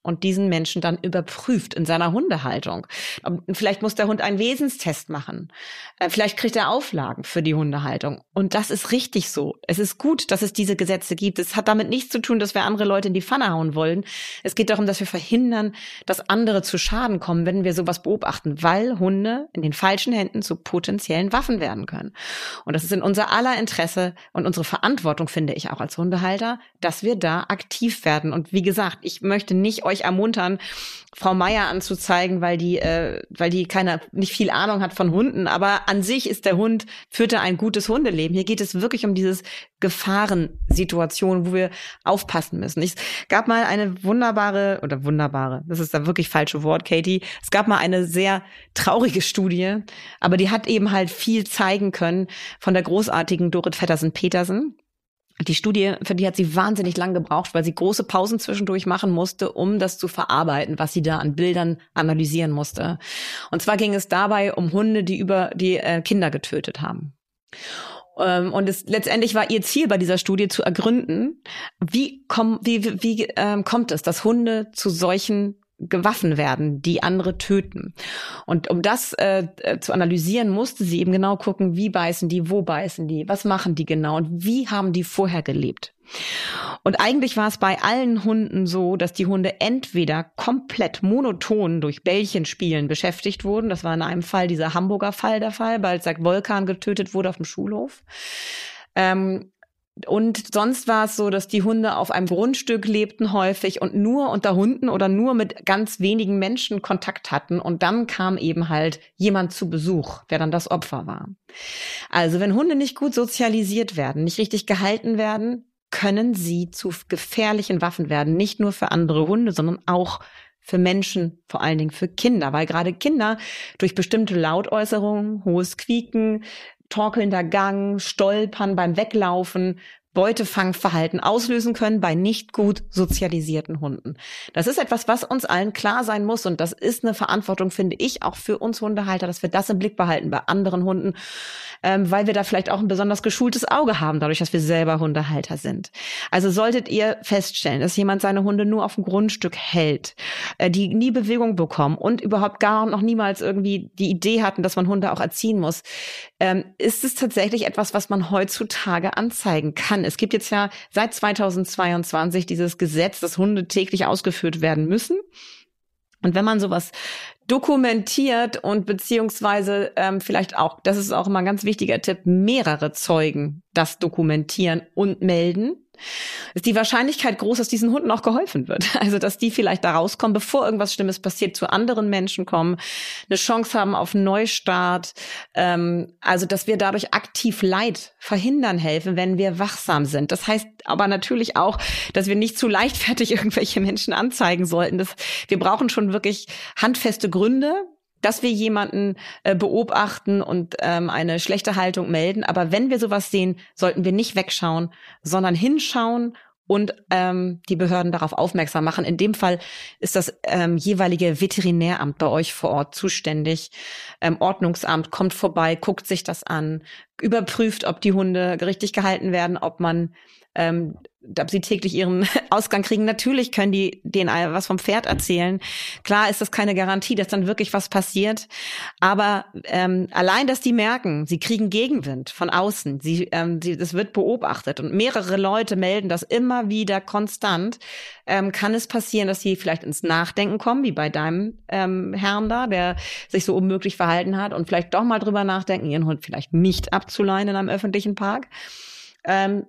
und diesen Menschen dann überprüft in seiner Hundehaltung. Vielleicht muss der Hund einen Wesenstest machen. Vielleicht kriegt er Auflagen für die Hundehaltung. Und das ist richtig so. Es ist gut, dass es diese Gesetze gibt. Es hat damit nichts zu tun, dass wir andere Leute in die Pfanne hauen wollen. Es geht darum, dass wir verhindern, dass andere zu Schaden kommen, wenn wir sowas beobachten, weil Hunde in den falschen Händen zu potenziellen Waffen werden können. Und das ist in unser aller Interesse und unsere Verantwortung, finde ich auch als Hundehalter, dass wir da aktiv werden. Und wie gesagt, ich möchte nicht euch ermuntern, Frau Meier anzuzeigen, weil die, äh, weil die keine, nicht viel Ahnung hat von Hunden. Aber an sich ist der Hund, führt er ein gutes Hundeleben. Hier geht es wirklich um dieses Gefahrensituation, wo wir aufpassen müssen. Es gab mal eine wunderbare, oder wunderbare, das ist da wirklich falsche Wort, Katie. Es gab mal eine sehr traurige Studie, aber die hat eben halt viel zeigen können von der großartigen Dorit Feddersen-Petersen. Die Studie, für die hat sie wahnsinnig lang gebraucht, weil sie große Pausen zwischendurch machen musste, um das zu verarbeiten, was sie da an Bildern analysieren musste. Und zwar ging es dabei um Hunde, die über die äh, Kinder getötet haben. Ähm, und es letztendlich war ihr Ziel bei dieser Studie zu ergründen, wie, komm, wie, wie, wie ähm, kommt es, dass Hunde zu solchen Waffen werden, die andere töten. Und um das äh, zu analysieren, musste sie eben genau gucken, wie beißen die, wo beißen die, was machen die genau und wie haben die vorher gelebt. Und eigentlich war es bei allen Hunden so, dass die Hunde entweder komplett monoton durch Bällchenspielen beschäftigt wurden. Das war in einem Fall dieser Hamburger Fall der Fall, weil Zach Volkan getötet wurde auf dem Schulhof. Ähm, Und sonst war es so, dass die Hunde auf einem Grundstück lebten häufig und nur unter Hunden oder nur mit ganz wenigen Menschen Kontakt hatten. Und dann kam eben halt jemand zu Besuch, der dann das Opfer war. Also wenn Hunde nicht gut sozialisiert werden, nicht richtig gehalten werden, können sie zu gefährlichen Waffen werden. Nicht nur für andere Hunde, sondern auch für Menschen, vor allen Dingen für Kinder. Weil gerade Kinder durch bestimmte Lautäußerungen, hohes Quieken, torkelnder Gang, Stolpern beim Weglaufen, Beutefangverhalten auslösen können bei nicht gut sozialisierten Hunden. Das ist etwas, was uns allen klar sein muss und das ist eine Verantwortung, finde ich, auch für uns Hundehalter, dass wir das im Blick behalten bei anderen Hunden, ähm, weil wir da vielleicht auch ein besonders geschultes Auge haben, dadurch, dass wir selber Hundehalter sind. Also solltet ihr feststellen, dass jemand seine Hunde nur auf dem Grundstück hält, äh, die nie Bewegung bekommen und überhaupt gar noch niemals irgendwie die Idee hatten, dass man Hunde auch erziehen muss, ähm, ist es tatsächlich etwas, was man heutzutage anzeigen kann. Es gibt jetzt ja seit zweitausendzweiundzwanzig dieses Gesetz, dass Hunde täglich ausgeführt werden müssen. Und wenn man sowas dokumentiert und beziehungsweise ähm, vielleicht auch, das ist auch immer ein ganz wichtiger Tipp, mehrere Zeugen das dokumentieren und melden, ist die Wahrscheinlichkeit groß, dass diesen Hunden auch geholfen wird. Also, dass die vielleicht da rauskommen, bevor irgendwas Schlimmes passiert, zu anderen Menschen kommen, eine Chance haben auf einen Neustart. Ähm, also, dass wir dadurch aktiv Leid verhindern helfen, wenn wir wachsam sind. Das heißt aber natürlich auch, dass wir nicht zu leichtfertig irgendwelche Menschen anzeigen sollten. Das, wir brauchen schon wirklich handfeste Gründe, dass wir jemanden äh, beobachten und ähm, eine schlechte Haltung melden. Aber wenn wir sowas sehen, sollten wir nicht wegschauen, sondern hinschauen und ähm, die Behörden darauf aufmerksam machen. In dem Fall ist das ähm, jeweilige Veterinäramt bei euch vor Ort zuständig. Ähm, Ordnungsamt kommt vorbei, guckt sich das an, überprüft, ob die Hunde richtig gehalten werden, ob man ähm, ob sie täglich ihren Ausgang kriegen. Natürlich können die denen was vom Pferd erzählen. Klar ist das keine Garantie, dass dann wirklich was passiert. Aber ähm, allein, dass die merken, sie kriegen Gegenwind von außen, sie, ähm, sie, das wird beobachtet und mehrere Leute melden das immer wieder konstant, ähm, kann es passieren, dass sie vielleicht ins Nachdenken kommen, wie bei deinem ähm, Herrn da, der sich so unmöglich verhalten hat und vielleicht doch mal drüber nachdenken, ihren Hund vielleicht nicht abzuleihen in einem öffentlichen Park. Ähm,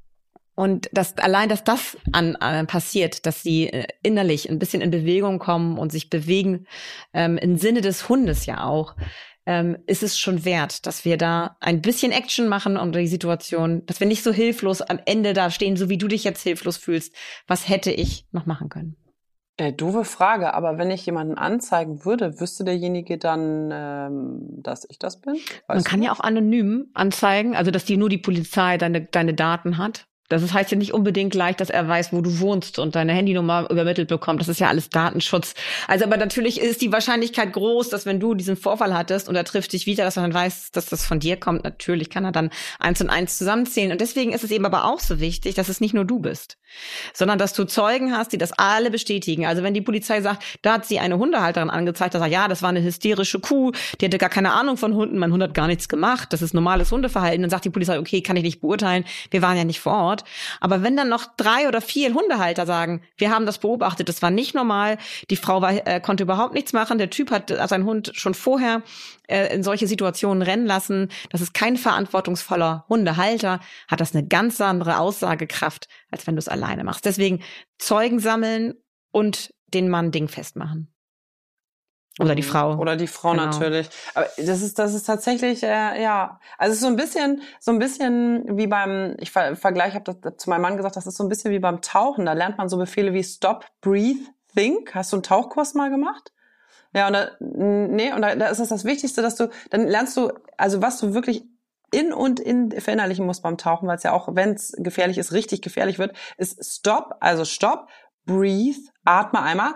Und das, allein, dass das an, an passiert, dass sie äh, innerlich ein bisschen in Bewegung kommen und sich bewegen, ähm, im Sinne des Hundes ja auch, ähm, ist es schon wert, dass wir da ein bisschen Action machen und die Situation, dass wir nicht so hilflos am Ende da stehen, so wie du dich jetzt hilflos fühlst. Was hätte ich noch machen können? Äh, doofe Frage, aber wenn ich jemanden anzeigen würde, wüsste derjenige dann, ähm, dass ich das bin? Weißt Man kann ja auch anonym anzeigen, also dass die nur die Polizei deine, deine Daten hat. Das heißt ja nicht unbedingt gleich, dass er weiß, wo du wohnst und deine Handynummer übermittelt bekommt. Das ist ja alles Datenschutz. Also aber natürlich ist die Wahrscheinlichkeit groß, dass wenn du diesen Vorfall hattest und er trifft dich wieder, dass er dann weiß, dass das von dir kommt. Natürlich kann er dann eins und eins zusammenzählen. Und deswegen ist es eben aber auch so wichtig, dass es nicht nur du bist, sondern dass du Zeugen hast, die das alle bestätigen. Also wenn die Polizei sagt, da hat sie eine Hundehalterin angezeigt, da sagt, ja, das war eine hysterische Kuh, die hatte gar keine Ahnung von Hunden, mein Hund hat gar nichts gemacht, das ist normales Hundeverhalten. Dann sagt die Polizei, okay, kann ich nicht beurteilen, wir waren ja nicht vor Ort. Aber wenn dann noch drei oder vier Hundehalter sagen, wir haben das beobachtet, das war nicht normal, die Frau war, äh, konnte überhaupt nichts machen, der Typ hat äh, seinen Hund schon vorher äh, in solche Situationen rennen lassen, das ist kein verantwortungsvoller Hundehalter, hat das eine ganz andere Aussagekraft, als wenn du es alleine machst. Deswegen Zeugen sammeln und den Mann dingfest machen. Oder die Frau. Oder die Frau genau. natürlich. Aber das ist, das ist tatsächlich, äh, ja, also es ist so ein bisschen, so ein bisschen wie beim, ich ver- vergleiche, habe das zu meinem Mann gesagt, das ist so ein bisschen wie beim Tauchen. Da lernt man so Befehle wie Stop, Breathe, Think. Hast du einen Tauchkurs mal gemacht? Ja, und da, nee, und da, da ist es das Wichtigste, dass du, dann lernst du, also was du wirklich in und in verinnerlichen musst beim Tauchen, weil es ja auch, wenn es gefährlich ist, richtig gefährlich wird, ist Stop, also Stop, Breathe, atme einmal.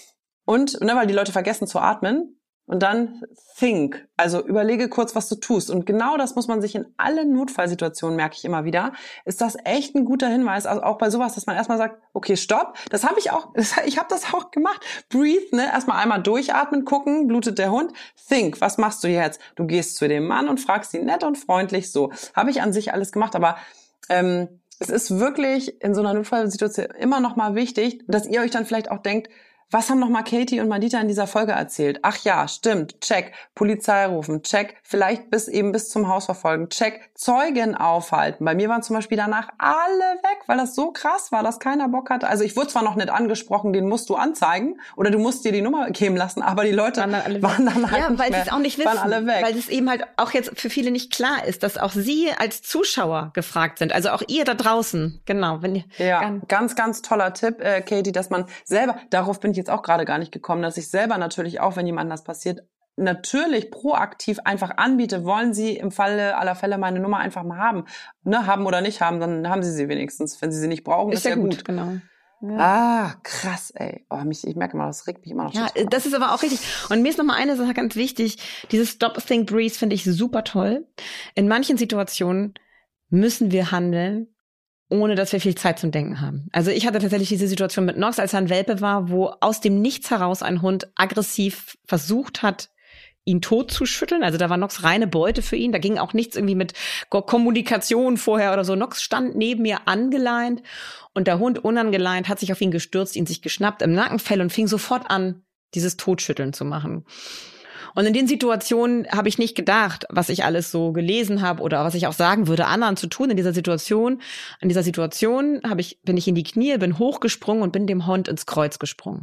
Und, ne, weil die Leute vergessen zu atmen und dann think, also überlege kurz, was du tust. Und genau das muss man sich in allen Notfallsituationen, merke ich immer wieder, ist das echt ein guter Hinweis, also auch bei sowas, dass man erstmal sagt, okay, stopp, das habe ich auch, das, ich habe das auch gemacht, breathe, ne, erstmal einmal durchatmen, gucken, blutet der Hund, think, was machst du jetzt? Du gehst zu dem Mann und fragst ihn nett und freundlich, so, habe ich an sich alles gemacht, aber ähm, es ist wirklich in so einer Notfallsituation immer noch mal wichtig, dass ihr euch dann vielleicht auch denkt, was haben nochmal Katie und Madita in dieser Folge erzählt? Ach ja, stimmt, check, Polizei rufen, check, vielleicht bis eben bis zum Haus verfolgen, check, Zeugen aufhalten. Bei mir waren zum Beispiel danach alle weg, weil das so krass war, dass keiner Bock hatte. Also ich wurde zwar noch nicht angesprochen, den musst du anzeigen oder du musst dir die Nummer geben lassen, aber die Leute waren dann, alle waren dann halt ja, nicht weil mehr, sie es auch nicht waren wissen, alle weg. Weil es eben halt auch jetzt für viele nicht klar ist, dass auch sie als Zuschauer gefragt sind. Also auch ihr da draußen, genau. Wenn ihr, ja, ganz, ganz, ganz toller Tipp, äh, Katie, dass man selber, darauf bin ich jetzt auch gerade gar nicht gekommen, dass ich selber natürlich auch, wenn jemandem das passiert, natürlich proaktiv einfach anbiete, wollen Sie im Falle aller Fälle meine Nummer einfach mal haben, ne, haben oder nicht haben, dann haben Sie sie wenigstens. Wenn Sie sie nicht brauchen, ist, ist ja gut. gut. Genau. Ja. Ah, krass, ey. Oh, mich, ich merke mal, das regt mich immer noch. Ja, das ist aber auch richtig. Und mir ist noch mal eine Sache ganz wichtig. Dieses Stop, Think, Breathe finde ich super toll. In manchen Situationen müssen wir handeln, ohne dass wir viel Zeit zum Denken haben. Also ich hatte tatsächlich diese Situation mit Nox, als er ein Welpe war, wo aus dem Nichts heraus ein Hund aggressiv versucht hat, ihn tot zu schütteln. Also da war Nox reine Beute für ihn. Da ging auch nichts irgendwie mit Kommunikation vorher oder so. Nox stand neben mir angeleint und der Hund unangeleint hat sich auf ihn gestürzt, ihn sich geschnappt im Nackenfell und fing sofort an, dieses Totschütteln zu machen. Und in den Situationen habe ich nicht gedacht, was ich alles so gelesen habe oder was ich auch sagen würde, anderen zu tun in dieser Situation. In dieser Situation habe ich, bin ich in die Knie, bin hochgesprungen und bin dem Hund ins Kreuz gesprungen.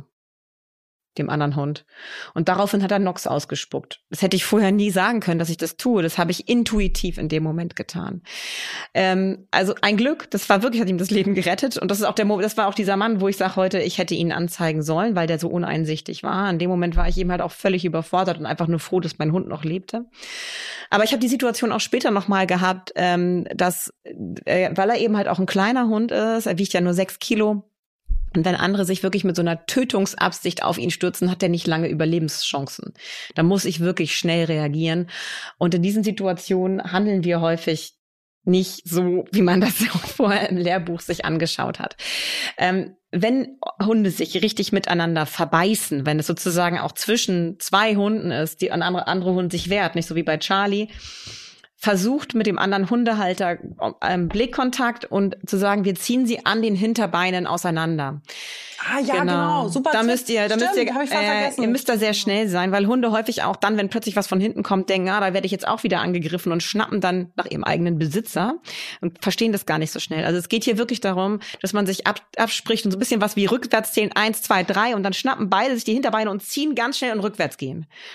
Dem anderen Hund. Und daraufhin hat er Nox ausgespuckt. Das hätte ich vorher nie sagen können, dass ich das tue. Das habe ich intuitiv in dem Moment getan. Ähm, also ein Glück, das war wirklich, hat ihm das Leben gerettet. Und das ist auch der, das war auch dieser Mann, wo ich sage heute, ich hätte ihn anzeigen sollen, weil der so uneinsichtig war. In dem Moment war ich eben halt auch völlig überfordert und einfach nur froh, dass mein Hund noch lebte. Aber ich habe die Situation auch später nochmal gehabt, ähm, dass, äh, weil er eben halt auch ein kleiner Hund ist, er wiegt ja nur sechs Kilo, und wenn andere sich wirklich mit so einer Tötungsabsicht auf ihn stürzen, hat er nicht lange Überlebenschancen. Da muss ich wirklich schnell reagieren. Und in diesen Situationen handeln wir häufig nicht so, wie man das vorher im Lehrbuch sich angeschaut hat. Ähm, wenn Hunde sich richtig miteinander verbeißen, wenn es sozusagen auch zwischen zwei Hunden ist, die ein andere, andere Hund sich wehrt, nicht so wie bei Charlie, versucht mit dem anderen Hundehalter ähm, Blickkontakt und zu sagen, wir ziehen sie an den Hinterbeinen auseinander. Ah ja, genau, genau. Super. Da Tipp. müsst ihr, da Stimmt, müsst ihr, hab ich fast äh, vergessen. ihr müsst da sehr schnell sein, weil Hunde häufig auch dann, wenn plötzlich was von hinten kommt, denken, ah, da werde ich jetzt auch wieder angegriffen und schnappen dann nach ihrem eigenen Besitzer und verstehen das gar nicht so schnell. Also es geht hier wirklich darum, dass man sich ab, abspricht und so ein bisschen was wie rückwärts zählen, eins, zwei, drei und dann schnappen beide sich die Hinterbeine und ziehen ganz schnell und rückwärts gehen.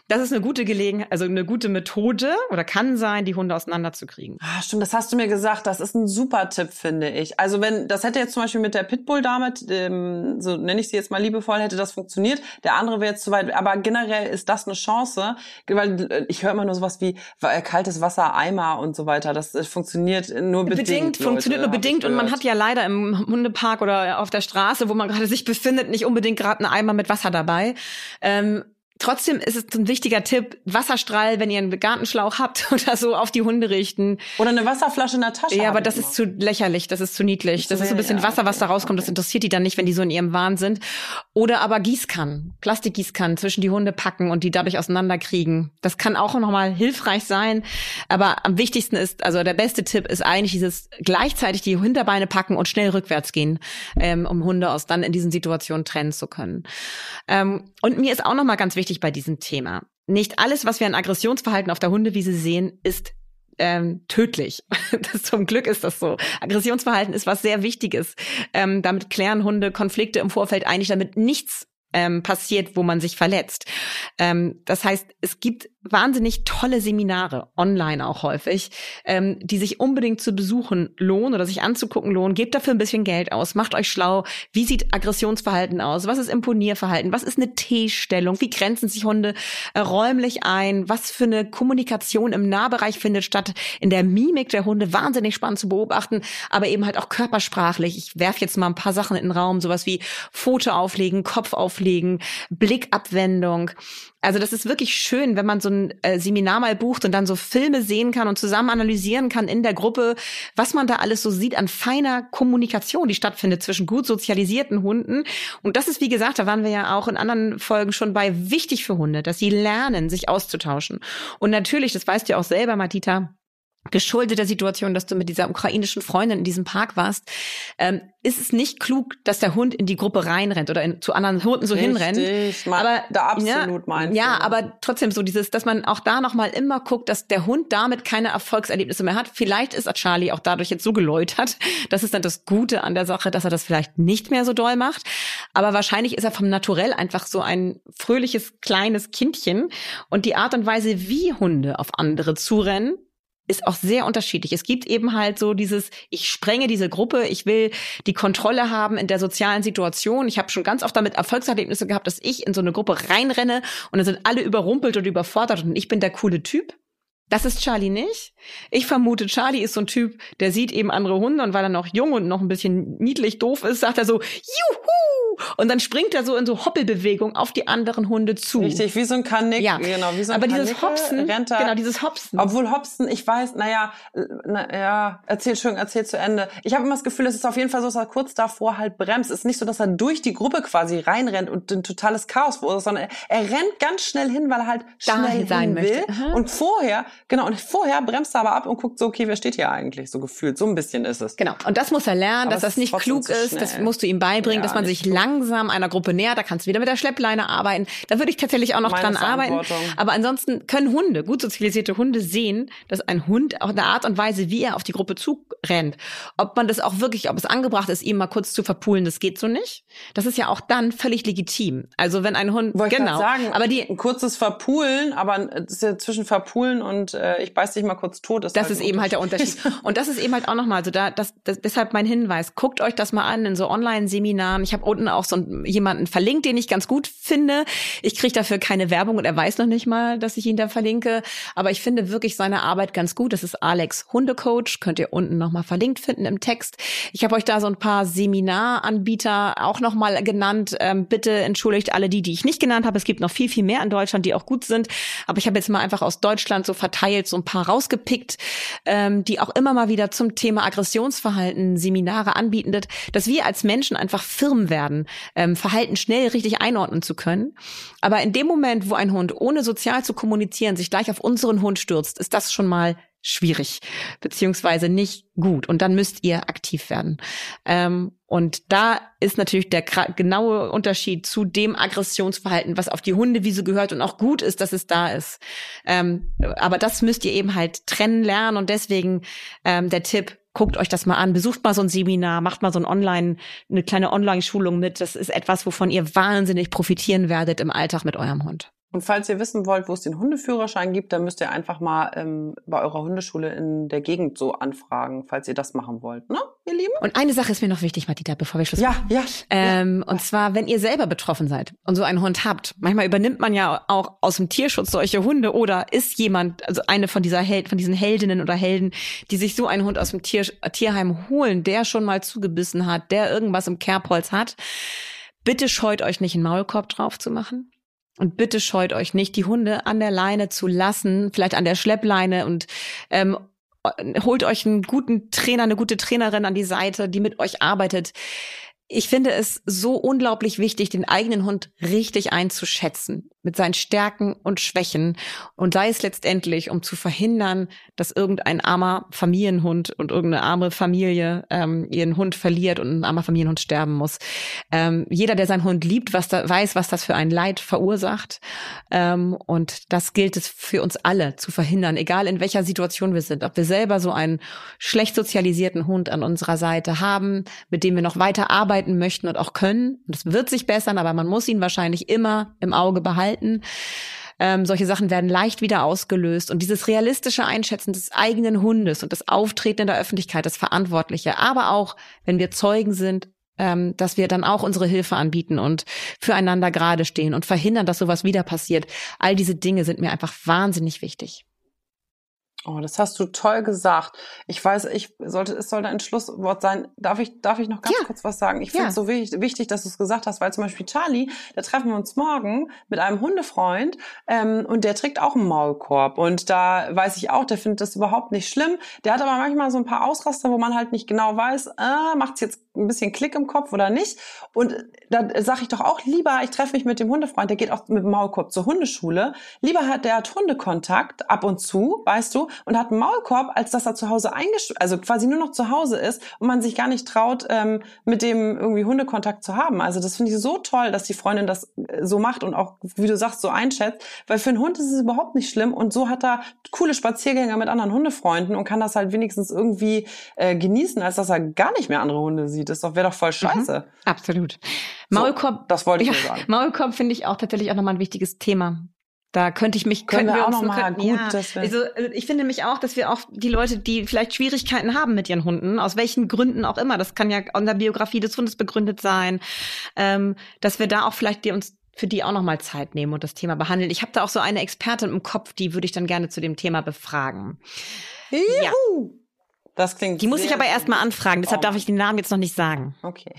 Das ist eine gute Gelegenheit, also eine gute Methode oder kann sein, die Hunde auseinanderzukriegen. Ah, stimmt, das hast du mir gesagt. Das ist ein super Tipp, finde ich. Also wenn, das hätte jetzt zum Beispiel mit der Pitbull-Dame, ähm, so nenne ich sie jetzt mal liebevoll, hätte das funktioniert. Der andere wäre jetzt zu weit. Aber generell ist das eine Chance, weil ich höre immer nur sowas wie äh, kaltes Wasser, Eimer und so weiter. Das äh, funktioniert nur bedingt. Bedingt, Leute, funktioniert nur bedingt. Und man hat ja leider im Hundepark oder auf der Straße, wo man gerade sich befindet, nicht unbedingt gerade einen Eimer mit Wasser dabei. Ähm, Trotzdem ist es ein wichtiger Tipp, Wasserstrahl, wenn ihr einen Gartenschlauch habt oder so, auf die Hunde richten. Oder eine Wasserflasche in der Tasche. Ja, aber das immer. ist zu lächerlich, das ist zu niedlich. Das, das ist so ein bisschen ja, Wasser, was da rauskommt. Okay. Das interessiert die dann nicht, wenn die so in ihrem Wahn sind. Oder aber Gießkannen, Plastikgießkannen zwischen die Hunde packen und die dadurch auseinanderkriegen. Das kann auch nochmal hilfreich sein. Aber am wichtigsten ist, also der beste Tipp ist eigentlich dieses gleichzeitig die Hinterbeine packen und schnell rückwärts gehen, ähm, um Hunde aus dann in diesen Situationen trennen zu können. Ähm, und mir ist auch nochmal ganz wichtig, bei diesem Thema. Nicht alles, was wir an Aggressionsverhalten auf der Hundewiese sehen, ist ähm, tödlich. Das, zum Glück ist das so. Aggressionsverhalten ist was sehr Wichtiges. Ähm, damit klären Hunde Konflikte im Vorfeld eigentlich, damit nichts ähm, passiert, wo man sich verletzt. Ähm, das heißt, es gibt wahnsinnig tolle Seminare, online auch häufig, ähm, die sich unbedingt zu besuchen lohnen oder sich anzugucken lohnen. Gebt dafür ein bisschen Geld aus, macht euch schlau. Wie sieht Aggressionsverhalten aus? Was ist Imponierverhalten? Was ist eine T-Stellung? Wie grenzen sich Hunde äh, räumlich ein? Was für eine Kommunikation im Nahbereich findet statt? In der Mimik der Hunde wahnsinnig spannend zu beobachten, aber eben halt auch körpersprachlich. Ich werfe jetzt mal ein paar Sachen in den Raum, sowas wie Pfote auflegen, Kopf auflegen, Blickabwendung. Also das ist wirklich schön, wenn man so ein äh, Seminar mal bucht und dann so Filme sehen kann und zusammen analysieren kann in der Gruppe, was man da alles so sieht an feiner Kommunikation, die stattfindet zwischen gut sozialisierten Hunden. Und das ist, wie gesagt, da waren wir ja auch in anderen Folgen schon bei, wichtig für Hunde, dass sie lernen, sich auszutauschen. Und natürlich, das weißt du ja auch selber, Madita, geschuldet der Situation, dass du mit dieser ukrainischen Freundin in diesem Park warst, ähm, ist es nicht klug, dass der Hund in die Gruppe reinrennt oder in, zu anderen Hunden so Richtig, hinrennt. Aber da absolut ja, meinst ja, du. aber trotzdem so dieses, dass man auch da nochmal immer guckt, dass der Hund damit keine Erfolgserlebnisse mehr hat. Vielleicht ist Charlie auch dadurch jetzt so geläutert. Das ist dann das Gute an der Sache, dass er das vielleicht nicht mehr so doll macht. Aber wahrscheinlich ist er vom Naturell einfach so ein fröhliches, kleines Kindchen. Und die Art und Weise, wie Hunde auf andere zurennen, ist auch sehr unterschiedlich. Es gibt eben halt so dieses, ich sprenge diese Gruppe, ich will die Kontrolle haben in der sozialen Situation. Ich habe schon ganz oft damit Erfolgserlebnisse gehabt, dass ich in so eine Gruppe reinrenne und dann sind alle überrumpelt und überfordert und ich bin der coole Typ. Das ist Charlie nicht. Ich vermute, Charlie ist so ein Typ, der sieht eben andere Hunde und weil er noch jung und noch ein bisschen niedlich doof ist, sagt er so, juhu! Und dann springt er so in so Hoppelbewegung auf die anderen Hunde zu. Richtig, wie so ein Kanickel. Ja, genau, wie so ein aber Kanickel, dieses Hopsen, rennt er, genau, dieses Hopsen. Obwohl Hopsen, ich weiß, naja, na, ja, erzähl schön, erzähl zu Ende. Ich habe immer das Gefühl, es ist auf jeden Fall so, dass er kurz davor halt bremst. Es ist nicht so, dass er durch die Gruppe quasi reinrennt und ein totales Chaos verursacht, sondern er, er rennt ganz schnell hin, weil er halt schnell sein hin will. Möchte. Und vorher, genau, und vorher bremst er aber ab und guckt so, okay, wer steht hier eigentlich? So gefühlt, so ein bisschen ist es. Genau, und das muss er lernen, aber dass das nicht klug ist, schnell. Das musst du ihm beibringen, ja, dass man sich klug. langsam einer Gruppe nähert, da kannst du wieder mit der Schleppleine arbeiten, da würde ich tatsächlich auch noch Meine dran arbeiten, aber ansonsten können Hunde, gut sozialisierte Hunde sehen, dass ein Hund auch in der Art und Weise, wie er auf die Gruppe zurennt, ob man das auch wirklich, ob es angebracht ist, ihm mal kurz zu verpulen, das geht so nicht. Das ist ja auch dann völlig legitim. Also wenn ein Hund, Wollte genau, ich sagen, aber die, ein kurzes Verpulen, aber das ist ja zwischen Verpulen und äh, ich beiß dich mal kurz tot. Ist das halt ist eben halt der Unterschied. Und das ist eben halt auch nochmal so, da, das, das, deshalb mein Hinweis, guckt euch das mal an in so Online-Seminaren. Ich habe unten auch so einen, jemanden verlinkt, den ich ganz gut finde. Ich kriege dafür keine Werbung und er weiß noch nicht mal, dass ich ihn da verlinke. Aber ich finde wirklich seine Arbeit ganz gut. Das ist Alex Hundecoach. Könnt ihr unten nochmal verlinkt finden im Text. Ich habe euch da so ein paar Seminaranbieter auch nochmal genannt. Ähm, bitte entschuldigt alle die, die ich nicht genannt habe. Es gibt noch viel, viel mehr in Deutschland, die auch gut sind. Aber ich habe jetzt mal einfach aus Deutschland so verteilt so ein paar rausgepickt, ähm, die auch immer mal wieder zum Thema Aggressionsverhalten Seminare anbieten, dass wir als Menschen einfach firm werden, ähm, Verhalten schnell richtig einordnen zu können. Aber in dem Moment, wo ein Hund ohne sozial zu kommunizieren sich gleich auf unseren Hund stürzt, ist das schon mal schwierig, beziehungsweise nicht gut. Und dann müsst ihr aktiv werden. Ähm, und da ist natürlich der genaue Unterschied zu dem Aggressionsverhalten, was auf die Hundewiese gehört und auch gut ist, dass es da ist. Ähm, aber das müsst ihr eben halt trennen lernen. Und deswegen ähm, der Tipp, guckt euch das mal an, besucht mal so ein Seminar, macht mal so ein Online, eine kleine Online-Schulung mit. Das ist etwas, wovon ihr wahnsinnig profitieren werdet im Alltag mit eurem Hund. Und falls ihr wissen wollt, wo es den Hundeführerschein gibt, dann müsst ihr einfach mal ähm, bei eurer Hundeschule in der Gegend so anfragen, falls ihr das machen wollt, ne, ihr Lieben? Und eine Sache ist mir noch wichtig, Madita, bevor wir Schluss ja, machen. Ja, ähm, ja. Und zwar, wenn ihr selber betroffen seid und so einen Hund habt, manchmal übernimmt man ja auch aus dem Tierschutz solche Hunde oder ist jemand, also eine von dieser Held, von diesen Heldinnen oder Helden, die sich so einen Hund aus dem Tier, Tierheim holen, der schon mal zugebissen hat, der irgendwas im Kerbholz hat, bitte scheut euch nicht, einen Maulkorb drauf zu machen. Und bitte scheut euch nicht, die Hunde an der Leine zu lassen, vielleicht an der Schleppleine und ähm, holt euch einen guten Trainer, eine gute Trainerin an die Seite, die mit euch arbeitet. Ich finde es so unglaublich wichtig, den eigenen Hund richtig einzuschätzen, mit seinen Stärken und Schwächen. Und sei es letztendlich, um zu verhindern, dass irgendein armer Familienhund und irgendeine arme Familie ähm, ihren Hund verliert und ein armer Familienhund sterben muss. Ähm, jeder, der seinen Hund liebt, was da, weiß, was das für ein Leid verursacht. Ähm, und das gilt es für uns alle zu verhindern, egal in welcher Situation wir sind. Ob wir selber so einen schlecht sozialisierten Hund an unserer Seite haben, mit dem wir noch weiter arbeiten möchten und auch können. Und es wird sich bessern, aber man muss ihn wahrscheinlich immer im Auge behalten. Ähm, solche Sachen werden leicht wieder ausgelöst. Und dieses realistische Einschätzen des eigenen Hundes und das Auftreten in der Öffentlichkeit, das Verantwortliche, aber auch, wenn wir Zeugen sind, ähm, dass wir dann auch unsere Hilfe anbieten und füreinander gerade stehen und verhindern, dass sowas wieder passiert. All diese Dinge sind mir einfach wahnsinnig wichtig. Oh, das hast du toll gesagt. Ich weiß, ich sollte, es sollte ein Schlusswort sein. Darf ich, darf ich noch ganz ja. kurz was sagen? Ich finde ja. es so wichtig, wichtig, dass du es gesagt hast, weil zum Beispiel Charlie, da treffen wir uns morgen mit einem Hundefreund ähm, und der trägt auch einen Maulkorb. Und da weiß ich auch, der findet das überhaupt nicht schlimm. Der hat aber manchmal so ein paar Ausraster, wo man halt nicht genau weiß, äh, macht es jetzt ein bisschen Klick im Kopf oder nicht. Und da sage ich doch auch lieber, ich treffe mich mit dem Hundefreund, der geht auch mit dem Maulkorb zur Hundeschule. Lieber hat der hat Hundekontakt ab und zu, weißt du, und hat einen Maulkorb, als dass er zu Hause eingeschlossen, also quasi nur noch zu Hause ist und man sich gar nicht traut, ähm, mit dem irgendwie Hundekontakt zu haben. Also das finde ich so toll, dass die Freundin das so macht und auch, wie du sagst, so einschätzt, weil für einen Hund ist es überhaupt nicht schlimm und so hat er coole Spaziergänge mit anderen Hundefreunden und kann das halt wenigstens irgendwie äh, genießen, als dass er gar nicht mehr andere Hunde sieht. Das wäre doch voll scheiße. Mhm, absolut. Maulkorb, so, das wollte ich ja, nur sagen. Maulkorb finde ich auch tatsächlich auch nochmal ein wichtiges Thema. Da könnte ich mich, können könnten wir wir auch uns noch mal könnten, gut, ja. dass wir also, also ich finde nämlich auch, dass wir auch die Leute, die vielleicht Schwierigkeiten haben mit ihren Hunden, aus welchen Gründen auch immer, das kann ja an der Biografie des Hundes begründet sein, ähm, dass wir da auch vielleicht die uns für die auch noch mal Zeit nehmen und das Thema behandeln. Ich habe da auch so eine Expertin im Kopf, die würde ich dann gerne zu dem Thema befragen. Juhu. Ja. Das klingt Die muss sehr, ich aber erst mal anfragen, deshalb oh. darf ich den Namen jetzt noch nicht sagen. Okay.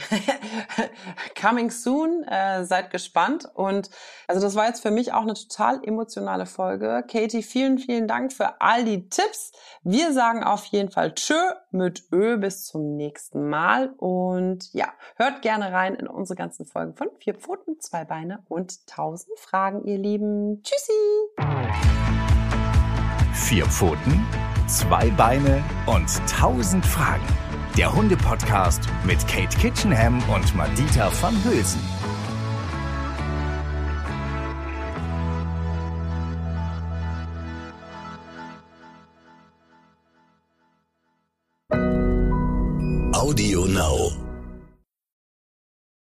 Coming soon, äh, seid gespannt. Und also das war jetzt für mich auch eine total emotionale Folge. Katie, vielen, vielen Dank für all die Tipps. Wir sagen auf jeden Fall Tschö mit Ö bis zum nächsten Mal. Und ja, hört gerne rein in unsere ganzen Folgen von Vier Pfoten, Zwei Beine und tausend Fragen, ihr Lieben. Tschüssi! Vier Pfoten, Zwei Beine und tausend Fragen. Der Hunde-Podcast mit Kate Kitchenham und Madita van Hülsen. Audio Now.